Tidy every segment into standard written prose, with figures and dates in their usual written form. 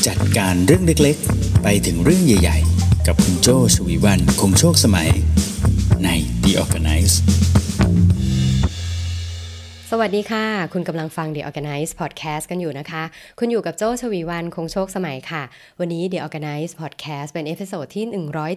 จัดการเรื่องเล็กๆไปถึงเรื่องใหญ่ๆกับคุณโจชวีวรรณคงโชคสมัยใน The Organize สวัสดีค่ะคุณกำลังฟัง The Organize Podcast กันอยู่นะคะคุณอยู่กับโจ้ชวีวรรณคงโชคสมัยค่ะวันนี้ The Organize Podcast เป็นเอพิโซดที่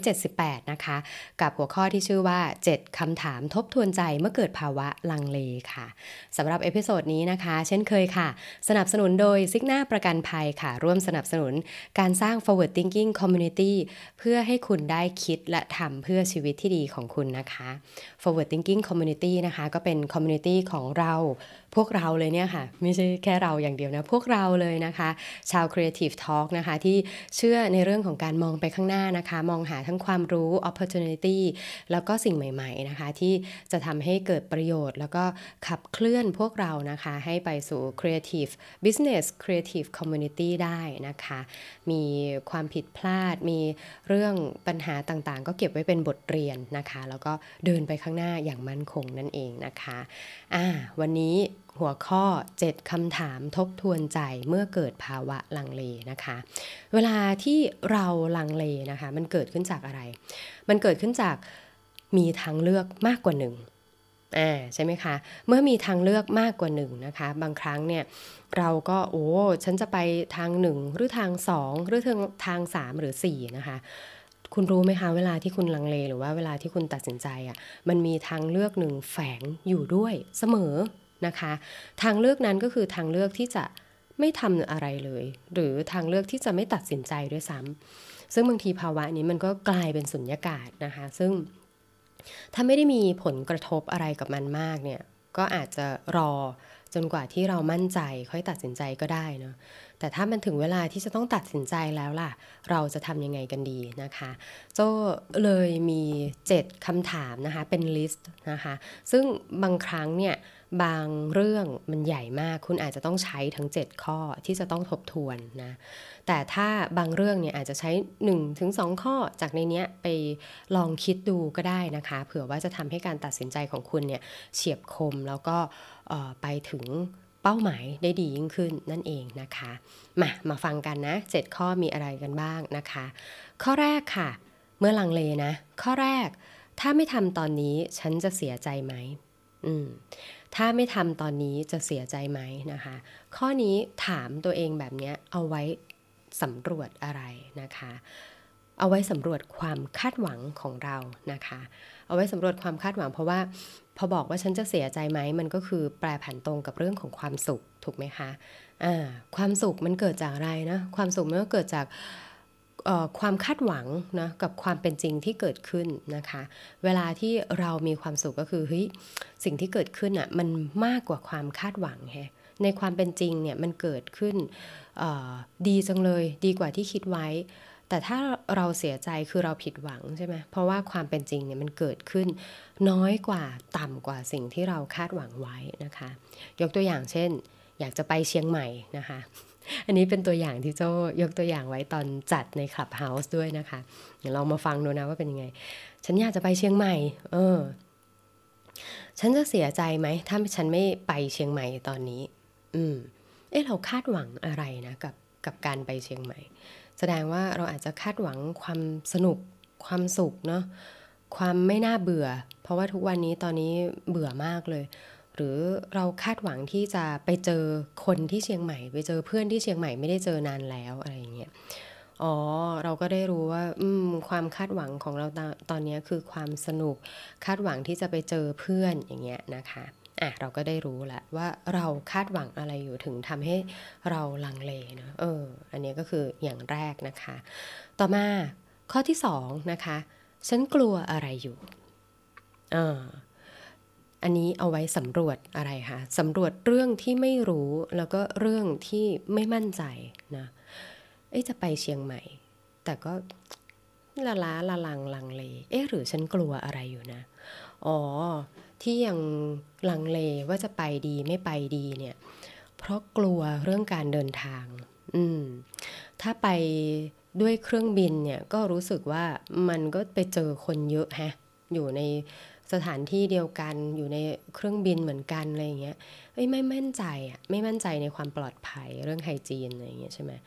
178นะคะกับหัวข้อที่ชื่อว่า7คำถามทบทวนใจเมื่อเกิดภาวะลังเลค่ะสำหรับเอพิโซดนี้นะคะเช่นเคยค่ะสนับสนุนโดยซิกนาประกันภัยค่ะร่วมสนับสนุนการสร้าง Forward Thinking Community เพื่อให้คุณได้คิดและทำเพื่อชีวิตที่ดีของคุณนะคะ Forward Thinking Community นะคะก็เป็น community ของเราพวกเราเลยเนี่ยค่ะไม่ใช่แค่เราอย่างเดียวนะพวกเราเลยนะคะชาว Creative Talk นะคะที่เชื่อในเรื่องของการมองไปข้างหน้านะคะมองหาทั้งความรู้ opportunity แล้วก็สิ่งใหม่ๆนะคะที่จะทำให้เกิดประโยชน์แล้วก็ขับเคลื่อนพวกเรานะคะให้ไปสู่ Creative Business Creative Community ได้นะคะมีความผิดพลาดมีเรื่องปัญหาต่างๆก็เก็บไว้เป็นบทเรียนนะคะแล้วก็เดินไปข้างหน้าอย่างมั่นคงนั่นเองนะคะวันนี้หัวข้อ7คำถามทบทวนใจเมื่อเกิดภาวะลังเลนะคะเวลาที่เราลังเลนะคะมันเกิดขึ้นจากอะไรมันเกิดขึ้นจากมีทางเลือกมากกว่าหนึ่งใช่ไหมคะเมื่อมีทางเลือกมากกว่าหนึ่งนะคะบางครั้งเนี่ยเราก็ฉันจะไปทาง1หรือทาง2หรือทาง3หรือ4นะคะคุณรู้ไหมคะเวลาที่คุณลังเลหรือว่าเวลาที่คุณตัดสินใจมันมีทางเลือกหนึ่งแฝงอยู่ด้วยเสมอนะคะทางเลือกนั้นก็คือทางเลือกที่จะไม่ทำอะไรเลยหรือทางเลือกที่จะไม่ตัดสินใจด้วยซ้ำซึ่งบางทีภาวะนี้มันก็กลายเป็นสุญญากาศนะคะซึ่งถ้าไม่ได้มีผลกระทบอะไรกับมันมากเนี่ยก็อาจจะรอจนกว่าที่เรามั่นใจค่อยตัดสินใจก็ได้เนาะแต่ถ้ามันถึงเวลาที่จะต้องตัดสินใจแล้วล่ะเราจะทำยังไงกันดีนะคะโจ้เลยมี7คำถามนะคะเป็นลิสต์นะคะซึ่งบางครั้งเนี่ยบางเรื่องมันใหญ่มากคุณอาจจะต้องใช้ทั้ง7ข้อที่จะต้องทบทวนนะแต่ถ้าบางเรื่องเนี่ยอาจจะใช้ 1-2 ข้อจากในนี้ไปลองคิดดูก็ได้นะคะเผื่อว่าจะทำให้การตัดสินใจของคุณเนี่ยเฉียบคมแล้วก็ไปถึงเป้าหมายได้ดียิ่งขึ้นนั่นเองนะคะมาฟังกันนะ7ข้อมีอะไรกันบ้างนะคะข้อแรกค่ะเมื่อลังเลนะข้อแรกถ้าไม่ทำตอนนี้ฉันจะเสียใจไหมถ้าไม่ทำตอนนี้จะเสียใจไหมนะคะข้อนี้ถามตัวเองแบบนี้เอาไว้สำรวจอะไรนะคะเอาไว้สำรวจความคาดหวังของเรานะคะเอาไว้สำรวจความคาดหวังเพราะว่าพอบอกว่าฉันจะเสียใจไหมมันก็คือแปรผันตรงกับเรื่องของความสุขถูกไหมคะความสุขมันเกิดจากอะไรนะความสุขมันก็เกิดจากความคาดหวังนะกับความเป็นจริงที่เกิดขึ้นนะคะเวลาที่เรามีความสุขก็คือสิ่งที่เกิดขึ้นมันมากกว่าความคาดหวังในความเป็นจริงเนี่ยมันเกิดขึ้นดีจังเลยดีกว่าที่คิดไว้แต่ถ้าเราเสียใจคือเราผิดหวังใช่ไหมเพราะว่าความเป็นจริงเนี่ยมันเกิดขึ้นน้อยกว่าต่ำกว่าสิ่งที่เราคาดหวังไว้นะคะยกตัวอย่างเช่นอยากจะไปเชียงใหม่นะคะอันนี้เป็นตัวอย่างที่โจ้ยกตัวอย่างไว้ตอนจัดใน Clubhouse ด้วยนะคะเดี๋ยวลองมาฟังดูนะว่าเป็นยังไงฉันอยากจะไปเชียงใหม่ฉันจะเสียใจไหมถ้าฉันไม่ไปเชียงใหม่ตอนนี้เราคาดหวังอะไรนะกับการไปเชียงใหม่แสดงว่าเราอาจจะคาดหวังความสนุกความสุขเนาะความไม่น่าเบื่อเพราะว่าทุกวันนี้ตอนนี้เบื่อมากเลยหรือเราคาดหวังที่จะไปเจอคนที่เชียงใหม่ไปเจอเพื่อนที่เชียงใหม่ไม่ได้เจอนานแล้วอะไรอย่างเงี้ยเราก็ได้รู้ว่าความคาดหวังของเราตอนนี้คือความสนุกคาดหวังที่จะไปเจอเพื่อนอย่างเงี้ยนะคะเราก็ได้รู้แล้วว่าเราคาดหวังอะไรอยู่ถึงทำให้เราลังเลนะอันนี้ก็คืออย่างแรกนะคะต่อมาข้อที่2นะคะฉันกลัวอะไรอยู่อันนี้เอาไว้สำรวจอะไรคะสำรวจเรื่องที่ไม่รู้แล้วก็เรื่องที่ไม่มั่นใจนะจะไปเชียงใหม่แต่ก็ละลังเลหรือฉันกลัวอะไรอยู่นะที่ยังลังเลว่าจะไปดีไม่ไปดีเนี่ยเพราะกลัวเรื่องการเดินทางถ้าไปด้วยเครื่องบินเนี่ยก็รู้สึกว่ามันก็ไปเจอคนเยอะอยู่ในสถานที่เดียวกันอยู่ในเครื่องบินเหมือนกันอะไรอย่างเงี้ยไม่มั่นใจในความปลอดภัยเรื่องไฮจีนอะไรอย่างเงี้ยใช่ไหม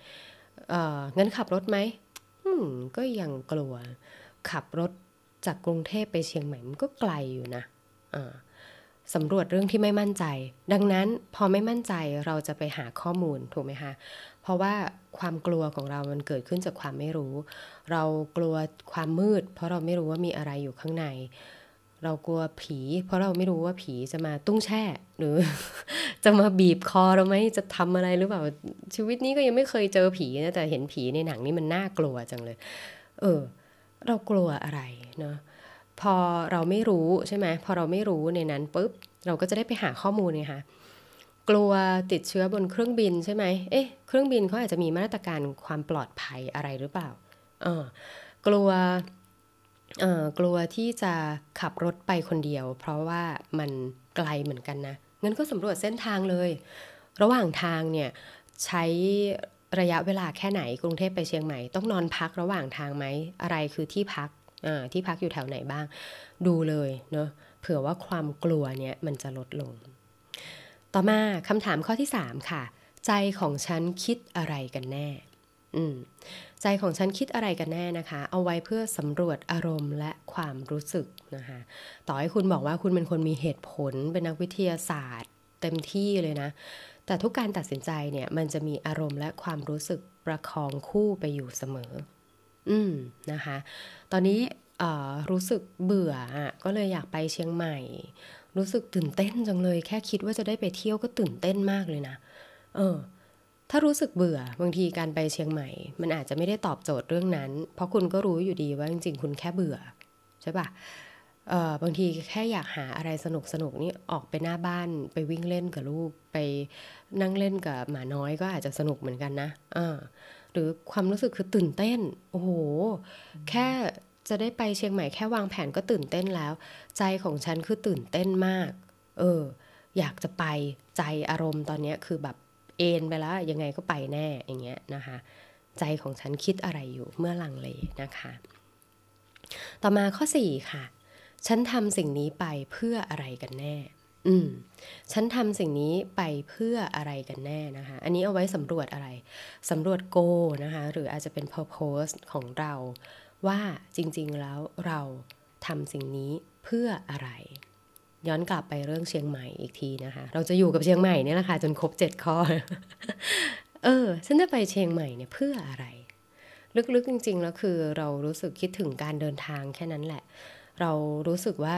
งั้นขับรถไหมก็ยังกลัวขับรถจากกรุงเทพไปเชียงใหม่มันก็ไกลอยู่นะสำรวจเรื่องที่ไม่มั่นใจดังนั้นพอไม่มั่นใจเราจะไปหาข้อมูลถูกไหมคะเพราะว่าความกลัวของเรามันเกิดขึ้นจากความไม่รู้เรากลัวความมืดเพราะเราไม่รู้ว่ามีอะไรอยู่ข้างในเรากลัวผีเพราะเราไม่รู้ว่าผีจะมาตุ้งแช่หรือ จะมาบีบคอเราไหมจะทำอะไรหรือเปล่าชีวิตนี้ก็ยังไม่เคยเจอผีนะแต่เห็นผีในหนังนี่มันน่ากลัวจังเลยเรากลัวอะไรเนาะพอเราไม่รู้ใช่ไหมพอเราไม่รู้ในนั้นปุ๊บเราก็จะได้ไปหาข้อมูลไงคะกลัวติดเชื้อบนเครื่องบินใช่ไหมเครื่องบินเขาอาจจะมีมาตรการความปลอดภัยอะไรหรือเปล่ากลัวที่จะขับรถไปคนเดียวเพราะว่ามันไกลเหมือนกันนะงั้นก็สำรวจเส้นทางเลยระหว่างทางเนี่ยใช้ระยะเวลาแค่ไหนกรุงเทพไปเชียงใหม่ต้องนอนพักระหว่างทางไหมอะไรคือที่พักอยู่แถวไหนบ้างดูเลยเนาะเผื่อว่าความกลัวเนี่ยมันจะลดลงต่อมาคำถามข้อที่3ค่ะใจของฉันคิดอะไรกันแน่ใจของฉันคิดอะไรกันแน่นะคะเอาไว้เพื่อสำรวจอารมณ์และความรู้สึกนะคะต่อให้คุณบอกว่าคุณเป็นคนมีเหตุผลเป็นนักวิทยาศาสตร์เต็มที่เลยนะแต่ทุกการตัดสินใจเนี่ยมันจะมีอารมณ์และความรู้สึกประคองคู่ไปอยู่เสมอนะคะตอนนี้รู้สึกเบื่อก็เลยอยากไปเชียงใหม่รู้สึกตื่นเต้นจังเลยแค่คิดว่าจะได้ไปเที่ยวก็ตื่นเต้นมากเลยนะถ้ารู้สึกเบื่อบางทีการไปเชียงใหม่มันอาจจะไม่ได้ตอบโจทย์เรื่องนั้นเพราะคุณก็รู้อยู่ดีว่าจริงๆคุณแค่เบื่อใช่ปะบางทีแค่อยากหาอะไรสนุกนี่ออกไปหน้าบ้านไปวิ่งเล่นกับลูกไปนั่งเล่นกับหมาน้อยก็อาจจะสนุกเหมือนกันนะหรือความรู้สึกคือตื่นเต้นโอ้โหแค่จะได้ไปเชียงใหม่แค่วางแผนก็ตื่นเต้นแล้วใจของฉันคือตื่นเต้นมากอยากจะไปใจอารมณ์ตอนนี้คือแบบเอนไปแล้วยังไงก็ไปแน่อย่างเงี้ยนะคะใจของฉันคิดอะไรอยู่เมื่อลังเลนะคะต่อมาข้อ4ค่ะฉันทำสิ่งนี้ไปเพื่ออะไรกันแน่ฉันทำสิ่งนี้ไปเพื่ออะไรกันแน่นะคะอันนี้เอาไว้สำรวจอะไรสำรวจ goal นะคะหรืออาจจะเป็น purpose ของเราว่าจริงๆแล้วเราทำสิ่งนี้เพื่ออะไรย้อนกลับไปเรื่องเชียงใหม่อีกทีนะคะเราจะอยู่กับเชียงใหม่เนี่ยแหละค่ะจนครบ7ข้อ ฉันจะไปเชียงใหม่เนี่ยเพื่ออะไรลึกๆจริงๆแล้วคือเรารู้สึกคิดถึงการเดินทางแค่นั้นแหละเรารู้สึกว่า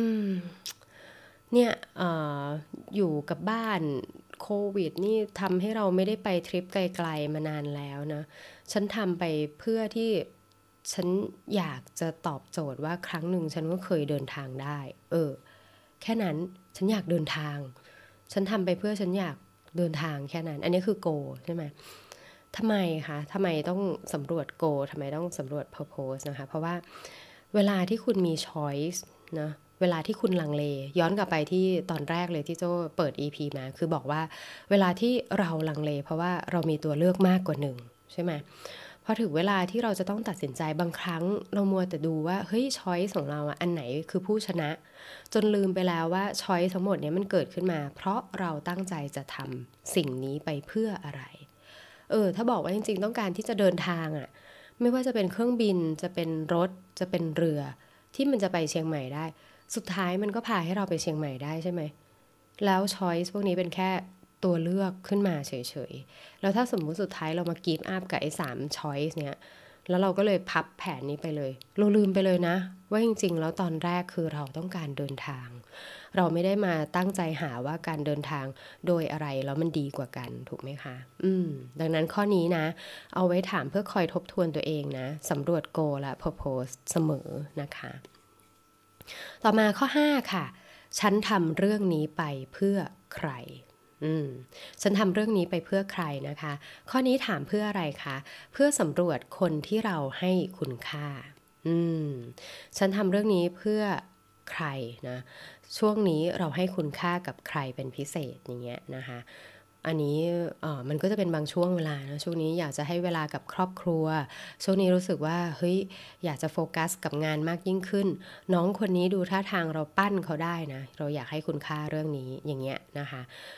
เนี่ยอยู่กับบ้านโควิดนี่ทำให้เราไม่ได้ไปทริปไกลๆมานานแล้วนะฉันทำไปเพื่อที่ฉันอยากจะตอบโจทย์ว่าครั้งหนึ่งฉันก็เคยเดินทางได้แค่นั้นฉันอยากเดินทางฉันทำไปเพื่อฉันอยากเดินทางแค่นั้นอันนี้คือ goal ใช่ไหมทำไมคะทำไมต้องสำรวจ goal ทำไมต้องสำรวจ purpose นะคะเพราะว่าเวลาที่คุณมี choice นะเวลาที่คุณลังเลย้อนกลับไปที่ตอนแรกเลยที่โจ้เปิด EP มาคือบอกว่าเวลาที่เราลังเลเพราะว่าเรามีตัวเลือกมากกว่าหนึ่งใช่ไหมพอถึงเวลาที่เราจะต้องตัดสินใจบางครั้งเรามัวแต่ดูว่าเฮ้ย choice ของเราอันไหนคือผู้ชนะจนลืมไปแล้วว่า choice ทั้งหมดนี้มันเกิดขึ้นมาเพราะเราตั้งใจจะทำสิ่งนี้ไปเพื่ออะไรถ้าบอกว่าจริงๆต้องการที่จะเดินทางไม่ว่าจะเป็นเครื่องบินจะเป็นรถจะเป็นเรือที่มันจะไปเชียงใหม่ได้สุดท้ายมันก็พาให้เราไปเชียงใหม่ได้ใช่ไหมแล้ว choice พวกนี้เป็นแค่ตัวเลือกขึ้นมาเฉยๆแล้วถ้าสมมุติสุดท้ายเรามา give up กับไอ้3 choice เนี้ยแล้วเราก็เลยพับแผนนี้ไปเลยเราลืมไปเลยนะว่าจริงๆแล้วตอนแรกคือเราต้องการเดินทางเราไม่ได้มาตั้งใจหาว่าการเดินทางโดยอะไรแล้วมันดีกว่ากันถูกไหมคะดังนั้นข้อนี้นะเอาไว้ถามเพื่อคอยทบทวนตัวเองนะสำรวจ goal และ purpose เสมอนะคะต่อมาข้อ5ค่ะฉันทำเรื่องนี้ไปเพื่อใครฉันทำเรื่องนี้ไปเพื่อใครนะคะข้อนี้ถามเพื่ออะไรคะเพื่อสำรวจคนที่เราให้คุณค่าฉันทำเรื่องนี้เพื่อใครนะช่วงนี้เราให้คุณค่ากับใครเป็นพิเศษอย่างเงี้ยนะคะอันนี้มันก็จะเป็นบางช่วงเวลานะช่วงนี้อยากจะให้เวลากับครอบครัวช่วงนี้รู้สึกว่าเฮ้ยอยากจะโฟกัสกับงานมากยิ่งขึ้นน้องคนนี้ดูท่าทางเราปั้นเขาได้นะเราอยากให้คุณค่าเรื่องนี้อย่างเงี้ยนะคะ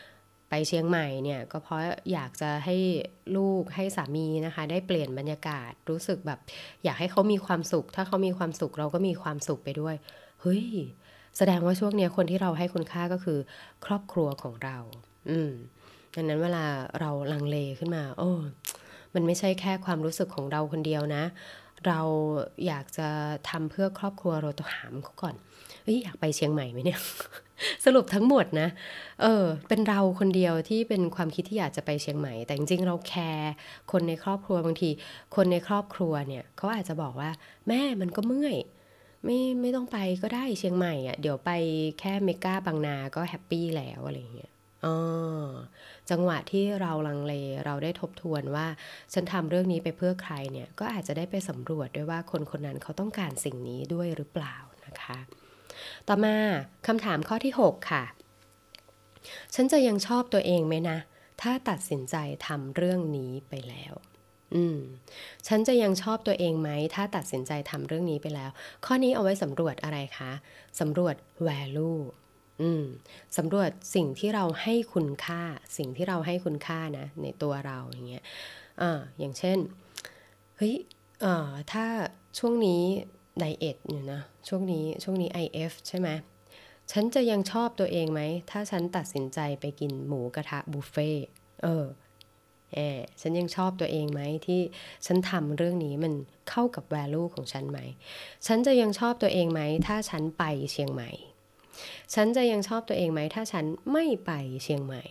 ไปเชียงใหม่เนี่ยก็เพราะอยากจะให้ลูกให้สามีนะคะได้เปลี่ยนบรรยากาศรู้สึกแบบอยากให้เขามีความสุขถ้าเขามีความสุขเราก็มีความสุขไปด้วยเฮ้ยแสดงว่าช่วงนี้คนที่เราให้คุณค่าก็คือครอบครัวของเราดังนั้นเวลาเราลังเลขึ้นมามันไม่ใช่แค่ความรู้สึกของเราคนเดียวนะเราอยากจะทำเพื่อครอบครัวเราต้องถามเขาก่อนอยากไปเชียงใหม่ไหมเนี่ย สรุปทั้งหมดนะเป็นเราคนเดียวที่เป็นความคิดที่อยากจะไปเชียงใหม่แต่จริงๆเราแคร์คนในครอบครัวบางทีคนในครอบครัวเนี่ยเขาอาจจะบอกว่าแม่มันก็เมื่อยไม่ต้องไปก็ได้เชียงใหม่อ่ะเดี๋ยวไปแค่เมกาบางนาก็แฮปปี้แล้วอะไรเงี้ยจังหวะที่เราลังเลเราได้ทบทวนว่าฉันทำเรื่องนี้ไปเพื่อใครเนี่ยก็อาจจะได้ไปสำรวจด้วยว่าคนคนนั้นเขาต้องการสิ่งนี้ด้วยหรือเปล่านะคะต่อมาคำถามข้อที่6ค่ะฉันจะยังชอบตัวเองไหมนะถ้าตัดสินใจทำเรื่องนี้ไปแล้วฉันจะยังชอบตัวเองไหมถ้าตัดสินใจทำเรื่องนี้ไปแล้วข้อนี้เอาไว้สำรวจอะไรคะสำรวจ value สำรวจสิ่งที่เราให้คุณค่าสิ่งที่เราให้คุณค่านะในตัวเราอย่างเงี้ยอย่างเช่นถ้าช่วงนี้ไดเอทอยู่นะช่วงนี้ IF ใช่ไหมฉันจะยังชอบตัวเองไหมถ้าฉันตัดสินใจไปกินหมูกระทะบุฟเฟ่ฉันยังชอบตัวเองไหมที่ฉันทำเรื่องนี้มันเข้ากับ value ของฉันไหมฉันจะยังชอบตัวเองไหมถ้าฉันไปเชียงใหม่ฉันจะยังชอบตัวเองไหมถ้าฉันไม่ไปเชียงใหม่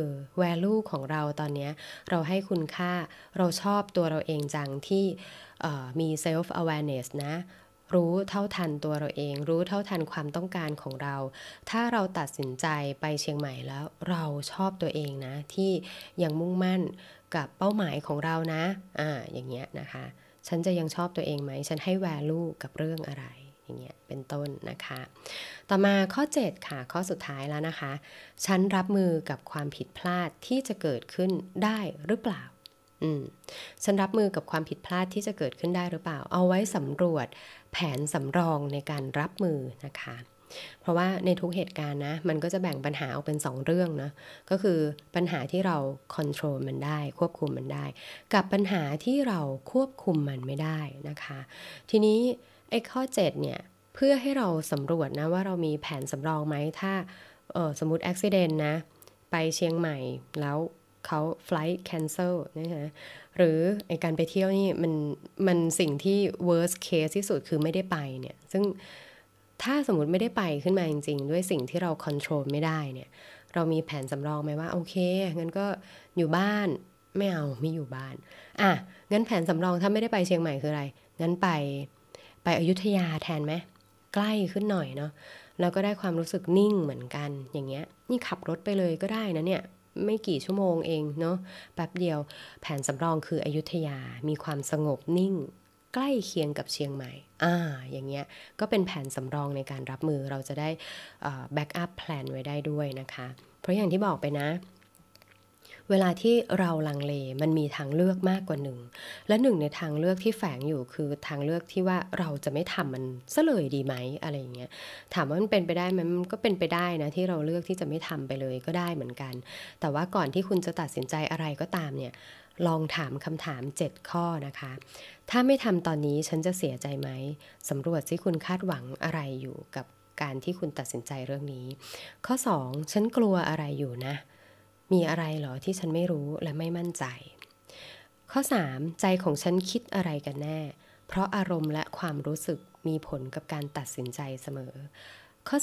value ของเราตอนนี้เราให้คุณค่าเราชอบตัวเราเองจังที่มี self awareness นะรู้เท่าทันตัวเราเองรู้เท่าทันความต้องการของเราถ้าเราตัดสินใจไปเชียงใหม่แล้วเราชอบตัวเองนะที่ยังมุ่งมั่นกับเป้าหมายของเรานะอย่างเงี้ยนะคะฉันจะยังชอบตัวเองไหมฉันให้ value กับเรื่องอะไรอย่างเงี้ยเป็นต้นนะคะต่อมาข้อ7ค่ะข้อสุดท้ายแล้วนะคะฉันรับมือกับความผิดพลาดที่จะเกิดขึ้นได้หรือเปล่าฉันรับมือกับความผิดพลาดที่จะเกิดขึ้นได้หรือเปล่าเอาไว้สำรวจแผนสำรองในการรับมือนะคะเพราะว่าในทุกเหตุการณ์นะมันก็จะแบ่งปัญหาออกเป็น2เรื่องนะก็คือปัญหาที่เราคอนโทรลมันได้ควบคุมมันได้กับปัญหาที่เราควบคุมมันไม่ได้นะคะทีนี้ไอ้ข้อ7เนี่ยเพื่อให้เราสำรวจนะว่าเรามีแผนสำรองไหมถ้าสมมุติอุบัติเหตุนะไปเชียงใหม่แล้วเขา flight cancel นะคะหรือไอการไปเที่ยวนี่มันสิ่งที่ worst case ที่สุดคือไม่ได้ไปเนี่ยซึ่งถ้าสมมติไม่ได้ไปขึ้นมาจริงๆด้วยสิ่งที่เรา control ไม่ได้เนี่ยเรามีแผนสำรองไหมว่าโอเคงั้นก็อยู่บ้านไม่อยู่บ้านงั้นแผนสำรองถ้าไม่ได้ไปเชียงใหม่คืออะไรงั้นไปอยุธยาแทนไหมใกล้ขึ้นหน่อยเนาะแล้วก็ได้ความรู้สึกนิ่งเหมือนกันอย่างเงี้ยนี่ขับรถไปเลยก็ได้นะเนี่ยไม่กี่ชั่วโมงเองเนาะแป๊บเดียวแผนสำรองคืออยุธยามีความสงบนิ่งใกล้เคียงกับเชียงใหม่อย่างเงี้ยก็เป็นแผนสำรองในการรับมือเราจะได้แบ็กอัพแพลนไว้ได้ด้วยนะคะเพราะอย่างที่บอกไปนะเวลาที่เราลังเลมันมีทางเลือกมากกว่าหนึ่งและหนึ่งในทางเลือกที่แฝงอยู่คือทางเลือกที่ว่าเราจะไม่ทำมันซะเลยดีไหมอะไรอย่างเงี้ยถามว่ามันเป็นไปได้ไหมมันก็เป็นไปได้นะที่เราเลือกที่จะไม่ทำไปเลยก็ได้เหมือนกันแต่ว่าก่อนที่คุณจะตัดสินใจอะไรก็ตามเนี่ยลองถามคำถาม7ข้อนะคะถ้าไม่ทำตอนนี้ฉันจะเสียใจไหมสำรวจสิคุณคาดหวังอะไรอยู่กับการที่คุณตัดสินใจเรื่องนี้ข้อ2ฉันกลัวอะไรอยู่นะมีอะไรเหรอที่ฉันไม่รู้และไม่มั่นใจข้อ3ใจของฉันคิดอะไรกันแน่เพราะอารมณ์และความรู้สึกมีผลกับการตัดสินใจเสมอข้อ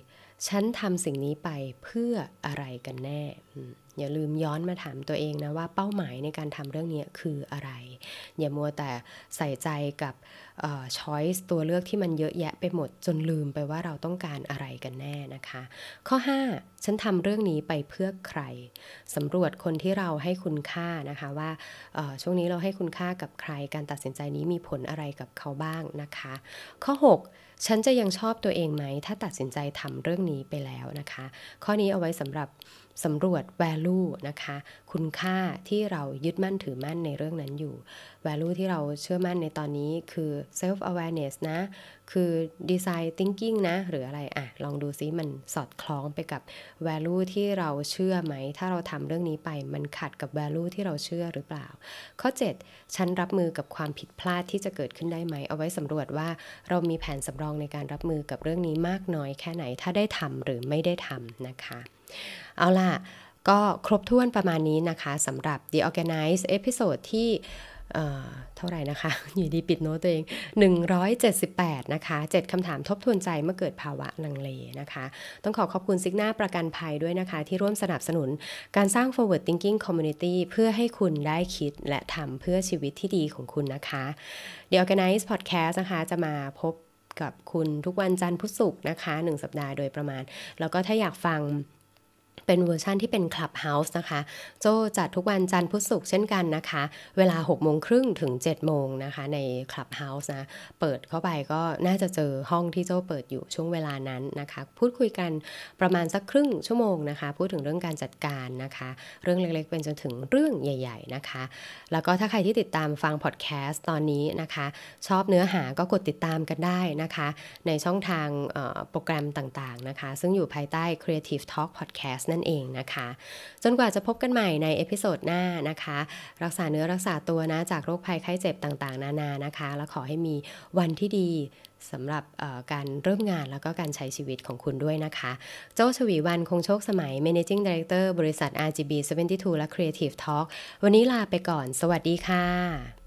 4ฉันทำสิ่งนี้ไปเพื่ออะไรกันแน่อย่าลืมย้อนมาถามตัวเองนะว่าเป้าหมายในการทำเรื่องนี้คืออะไรอย่ามัวแต่ใส่ใจกับchoice ตัวเลือกที่มันเยอะแยะไปหมดจนลืมไปว่าเราต้องการอะไรกันแน่นะคะข้อ5ฉันทำเรื่องนี้ไปเพื่อใครสำรวจคนที่เราให้คุณค่านะคะว่าช่วงนี้เราให้คุณค่ากับใครการตัดสินใจนี้มีผลอะไรกับเขาบ้างนะคะข้อ6ฉันจะยังชอบตัวเองไหมถ้าตัดสินใจทำเรื่องนี้ไปแล้วนะคะข้อนี้เอาไว้สำหรับสำรวจ value นะคะคุณค่าที่เรายึดมั่นถือมั่นในเรื่องนั้นอยู่ value ที่เราเชื่อมั่นในตอนนี้คือ self awareness นะคือ design thinking นะหรืออะไรลองดูซิมันสอดคล้องไปกับ value ที่เราเชื่อไหมถ้าเราทำเรื่องนี้ไปมันขัดกับ value ที่เราเชื่อหรือเปล่าข้อ 7 ฉันรับมือกับความผิดพลาดที่จะเกิดขึ้นได้ไหมเอาไว้สำรวจว่าเรามีแผนสำรองในการรับมือกับเรื่องนี้มากน้อยแค่ไหนถ้าได้ทำหรือไม่ได้ทำนะคะเอาล่ะก็ครบถ้วนประมาณนี้นะคะสำหรับ The Organize เอพิโซดที่เท่าไหร่นะคะอยู่ดีปิดโน้ตตัวเอง178นะคะ7คำถามทบทวนใจเมื่อเกิดภาวะลังเลนะคะต้องขอบคุณซิกนาประกันภัยด้วยนะคะที่ร่วมสนับสนุนการสร้าง Forward Thinking Community เพื่อให้คุณได้คิดและทำเพื่อชีวิตที่ดีของคุณนะคะ The Organize Podcast นะคะจะมาพบกับคุณทุกวันจันทร์พุธศุกร์นะคะ1สัปดาห์โดยประมาณแล้วก็ถ้าอยากฟังเป็นเวอร์ชันที่เป็น Clubhouse นะคะโจจัดทุกวันจันทร์พุธศุกร์เช่นกันนะคะเวลา 6:30 ถึง 7:00 นะคะใน Clubhouse นะเปิดเข้าไปก็น่าจะเจอห้องที่โจเปิดอยู่ช่วงเวลานั้นนะคะพูดคุยกันประมาณสักครึ่งชั่วโมงนะคะพูดถึงเรื่องการจัดการนะคะเรื่องเล็กๆเป็นจนถึงเรื่องใหญ่ๆนะคะแล้วก็ถ้าใครที่ติดตามฟังพอดแคสต์ตอนนี้นะคะชอบเนื้อหาก็กดติดตามกันได้นะคะในช่องทางโปรแกรมต่างๆนะคะซึ่งอยู่ภายใต้ Creative Talk Podcast นั่นเองนะคะจนกว่าจะพบกันใหม่ในเอพิโซดหน้านะคะรักษาเนื้อรักษาตัวนะจากโรคภัยไข้เจ็บต่างๆนานานะคะแล้วขอให้มีวันที่ดีสำหรับการเริ่มงานแล้วก็การใช้ชีวิตของคุณด้วยนะคะโจ้ชวีวรรณคงโชคสมัย Managing Director บริษัท RGB 72 และ Creative Talk วันนี้ลาไปก่อนสวัสดีค่ะ